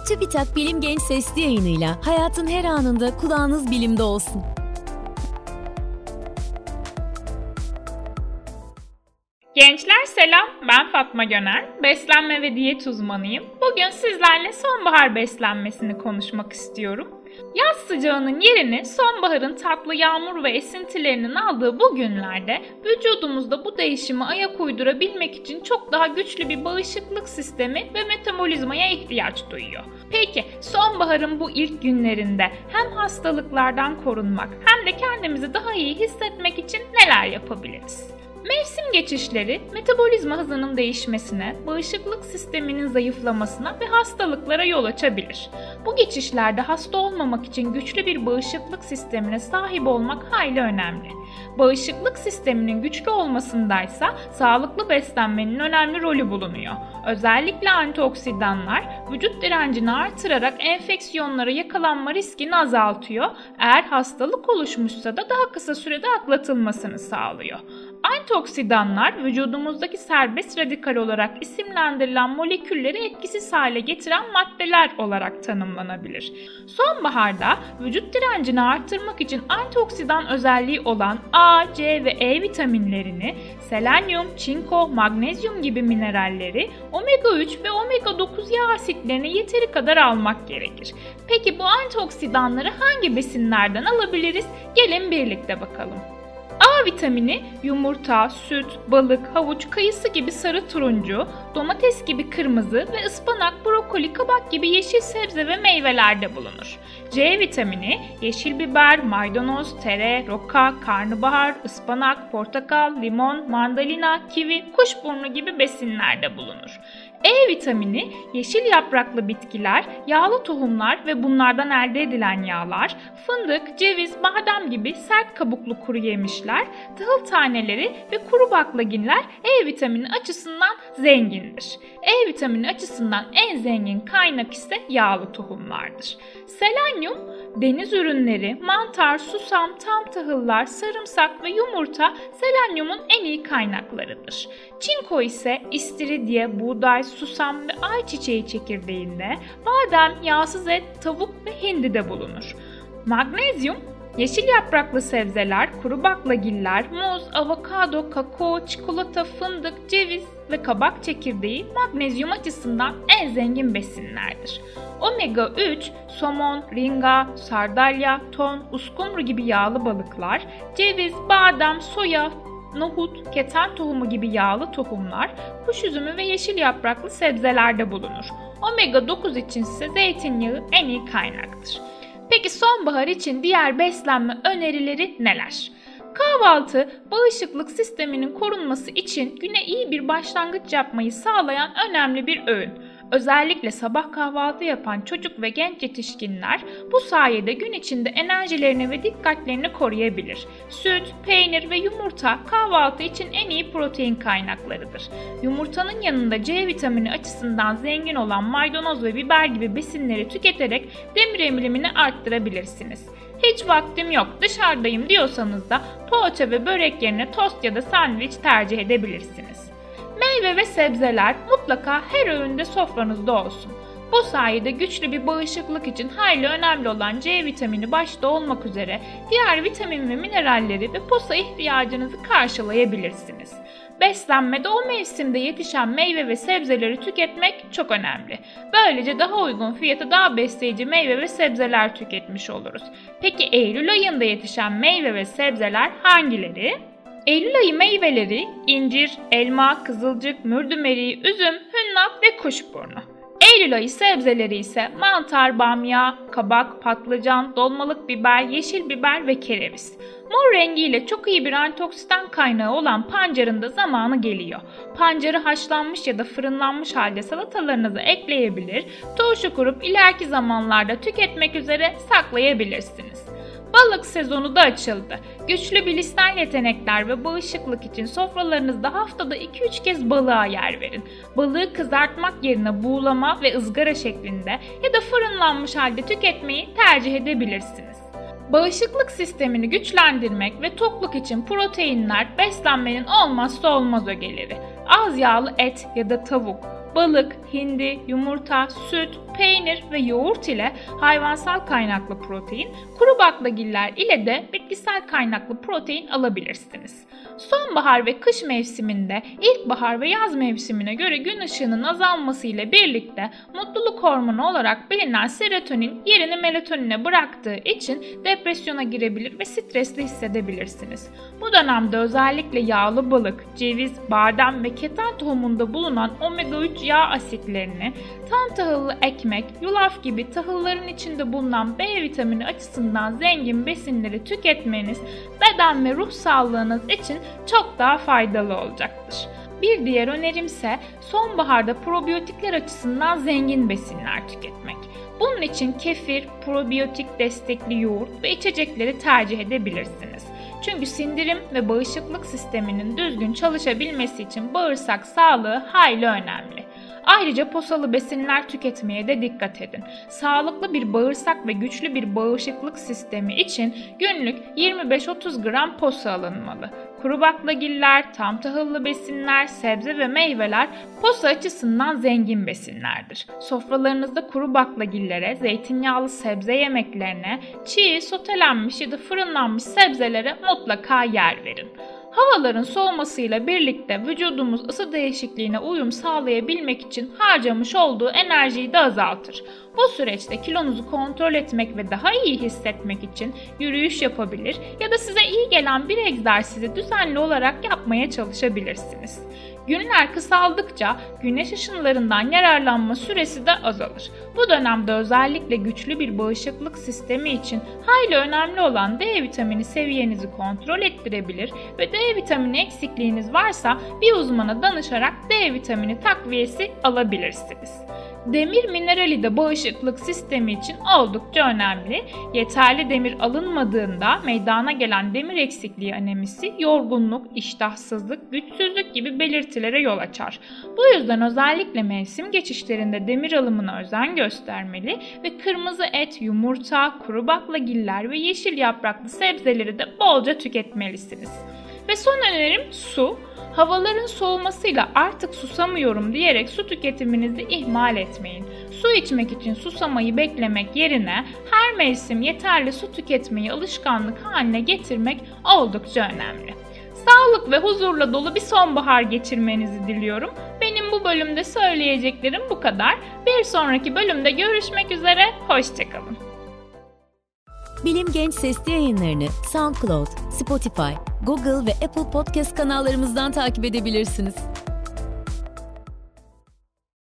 TÜBİTAK Bilim Genç Sesli yayınıyla hayatın her anında kulağınız bilimde olsun. Gençler selam, ben Fatma Göner, beslenme ve diyet uzmanıyım. Bugün sizlerle sonbahar beslenmesini konuşmak istiyorum. Yaz sıcağının yerini sonbaharın tatlı yağmur ve esintilerinin aldığı bu günlerde vücudumuzda bu değişime ayak uydurabilmek için çok daha güçlü bir bağışıklık sistemi ve metabolizmaya ihtiyaç duyuyor. Peki sonbaharın bu ilk günlerinde hem hastalıklardan korunmak hem de kendimizi daha iyi hissetmek için neler yapabiliriz? Mevsim geçişleri metabolizma hızının değişmesine, bağışıklık sisteminin zayıflamasına ve hastalıklara yol açabilir. Bu geçişlerde hasta olmamak için güçlü bir bağışıklık sistemine sahip olmak hayli önemli. Bağışıklık sisteminin güçlü olmasındaysa sağlıklı beslenmenin önemli rolü bulunuyor. Özellikle antioksidanlar vücut direncini artırarak enfeksiyonlara yakalanma riskini azaltıyor. Eğer hastalık oluşmuşsa da daha kısa sürede atlatılmasını sağlıyor. Antioksidanlar vücudumuzdaki serbest radikal olarak isimlendirilen molekülleri etkisiz hale getiren maddeler olarak tanımlanabilir. Sonbaharda vücut direncini artırmak için antioksidan özelliği olan A, C ve E vitaminlerini, selenyum, çinko, magnezyum gibi mineralleri, omega 3 ve omega 9 yağ asitlerini yeteri kadar almak gerekir. Peki bu antioksidanları hangi besinlerden alabiliriz? Gelin birlikte bakalım. A vitamini yumurta, süt, balık, havuç, kayısı gibi sarı turuncu, domates gibi kırmızı ve ıspanak, brokoli, kabak gibi yeşil sebze ve meyvelerde bulunur. C vitamini yeşil biber, maydanoz, tere, roka, karnabahar, ıspanak, portakal, limon, mandalina, kivi, kuşburnu gibi besinlerde bulunur. E vitamini yeşil yapraklı bitkiler, yağlı tohumlar ve bunlardan elde edilen yağlar, fındık, ceviz, badem gibi sert kabuklu kuru yemişler, tahıl taneleri ve kuru baklagiller E vitamini açısından zengindir. E vitamini açısından en zengin kaynak ise yağlı tohumlardır. Selenyum, deniz ürünleri, mantar, susam, tam tahıllar, sarımsak ve yumurta selenyumun en iyi kaynaklarıdır. Çinko ise istiridye, buğday, susam ve ayçiçeği çekirdeğinde, badem, yağsız et, tavuk ve hindide bulunur. Magnezyum, yeşil yapraklı sebzeler, kuru baklagiller, muz, avokado, kakao, çikolata, fındık, ceviz ve kabak çekirdeği magnezyum açısından en zengin besinlerdir. Omega 3, somon, ringa, sardalya, ton, uskumru gibi yağlı balıklar, ceviz, badem, soya, nohut, keten tohumu gibi yağlı tohumlar, kuş üzümü ve yeşil yapraklı sebzelerde bulunur. Omega 9 için ise zeytinyağı en iyi kaynaktır. Peki sonbahar için diğer beslenme önerileri neler? Kahvaltı, bağışıklık sisteminin korunması için güne iyi bir başlangıç yapmayı sağlayan önemli bir öğün. Özellikle sabah kahvaltı yapan çocuk ve genç yetişkinler bu sayede gün içinde enerjilerini ve dikkatlerini koruyabilir. Süt, peynir ve yumurta kahvaltı için en iyi protein kaynaklarıdır. Yumurtanın yanında C vitamini açısından zengin olan maydanoz ve biber gibi besinleri tüketerek demir emilimini arttırabilirsiniz. Hiç vaktim yok, dışarıdayım diyorsanız da poğaça ve börek yerine tost ya da sandviç tercih edebilirsiniz. Meyve ve sebzeler mutlaka her öğünde sofranızda olsun. Bu sayede güçlü bir bağışıklık için hayli önemli olan C vitamini başta olmak üzere diğer vitamin ve mineralleri ve posa ihtiyacınızı karşılayabilirsiniz. Beslenmede o mevsimde yetişen meyve ve sebzeleri tüketmek çok önemli. Böylece daha uygun fiyata daha besleyici meyve ve sebzeler tüketmiş oluruz. Peki Eylül ayında yetişen meyve ve sebzeler hangileri? Eylül ayı meyveleri incir, elma, kızılcık, mürdümeri, üzüm, hünnap ve kuşburnu. Eylül ayı sebzeleri ise mantar, bamya, kabak, patlıcan, dolmalık biber, yeşil biber ve kereviz. Mor rengiyle çok iyi bir antioksidan kaynağı olan pancarın da zamanı geliyor. Pancarı haşlanmış ya da fırınlanmış halde salatalarınıza ekleyebilir, turşu kurup ileriki zamanlarda tüketmek üzere saklayabilirsiniz. Balık sezonu da açıldı. Güçlü bilişsel yetenekler ve bağışıklık için sofralarınızda haftada 2-3 kez balığa yer verin. Balığı kızartmak yerine buğulama ve ızgara şeklinde ya da fırınlanmış halde tüketmeyi tercih edebilirsiniz. Bağışıklık sistemini güçlendirmek ve tokluk için proteinler beslenmenin olmazsa olmaz ögeleri. Az yağlı et ya da tavuk, balık, hindi, yumurta, süt, peynir ve yoğurt ile hayvansal kaynaklı protein, kuru baklagiller ile de bitkisel kaynaklı protein alabilirsiniz. Sonbahar ve kış mevsiminde ilkbahar ve yaz mevsimine göre gün ışığının azalması ile birlikte mutluluk hormonu olarak bilinen serotonin yerini melatonine bıraktığı için depresyona girebilir ve stresli hissedebilirsiniz. Bu dönemde özellikle yağlı balık, ceviz, badem ve keten tohumunda bulunan omega-3 yağ asitlerini, tam tahıllı ekmek, yulaf gibi tahılların içinde bulunan B vitamini açısından zengin besinleri tüketmeniz beden ve ruh sağlığınız için çok daha faydalı olacaktır. Bir diğer önerimse sonbaharda probiyotikler açısından zengin besinler tüketmek. Bunun için kefir, probiyotik destekli yoğurt ve içecekleri tercih edebilirsiniz. Çünkü sindirim ve bağışıklık sisteminin düzgün çalışabilmesi için bağırsak sağlığı hayli önemli. Ayrıca posalı besinler tüketmeye de dikkat edin. Sağlıklı bir bağırsak ve güçlü bir bağışıklık sistemi için günlük 25-30 gram posa alınmalı. Kuru baklagiller, tam tahıllı besinler, sebze ve meyveler posa açısından zengin besinlerdir. Sofralarınızda kuru baklagillere, zeytinyağlı sebze yemeklerine, çiğ, sotelenmiş ya da fırınlanmış sebzelere mutlaka yer verin. Havaların soğumasıyla birlikte vücudumuz ısı değişikliğine uyum sağlayabilmek için harcamış olduğu enerjiyi de azaltır. Bu süreçte kilonuzu kontrol etmek ve daha iyi hissetmek için yürüyüş yapabilir ya da size iyi gelen bir egzersizi düzenli olarak yapmaya çalışabilirsiniz. Günler kısaldıkça güneş ışınlarından yararlanma süresi de azalır. Bu dönemde özellikle güçlü bir bağışıklık sistemi için hayli önemli olan D vitamini seviyenizi kontrol ettirebilir ve D vitamini eksikliğiniz varsa bir uzmana danışarak D vitamini takviyesi alabilirsiniz. Demir minerali de bağışıklık sistemi için oldukça önemli. Yeterli demir alınmadığında meydana gelen demir eksikliği anemisi, yorgunluk, iştahsızlık, güçsüzlük gibi belirtilere yol açar. Bu yüzden özellikle mevsim geçişlerinde demir alımına özen göstermeli ve kırmızı et, yumurta, kuru baklagiller ve yeşil yapraklı sebzeleri de bolca tüketmelisiniz. Ve son önerim su. Havaların soğumasıyla artık susamıyorum diyerek su tüketiminizi ihmal etmeyin. Su içmek için susamayı beklemek yerine her mevsim yeterli su tüketmeyi alışkanlık haline getirmek oldukça önemli. Sağlık ve huzurla dolu bir sonbahar geçirmenizi diliyorum. Benim bu bölümde söyleyeceklerim bu kadar. Bir sonraki bölümde görüşmek üzere, hoşçakalın. Bilim Genç Sesli yayınlarını SoundCloud, Spotify, Google ve Apple Podcast kanallarımızdan takip edebilirsiniz.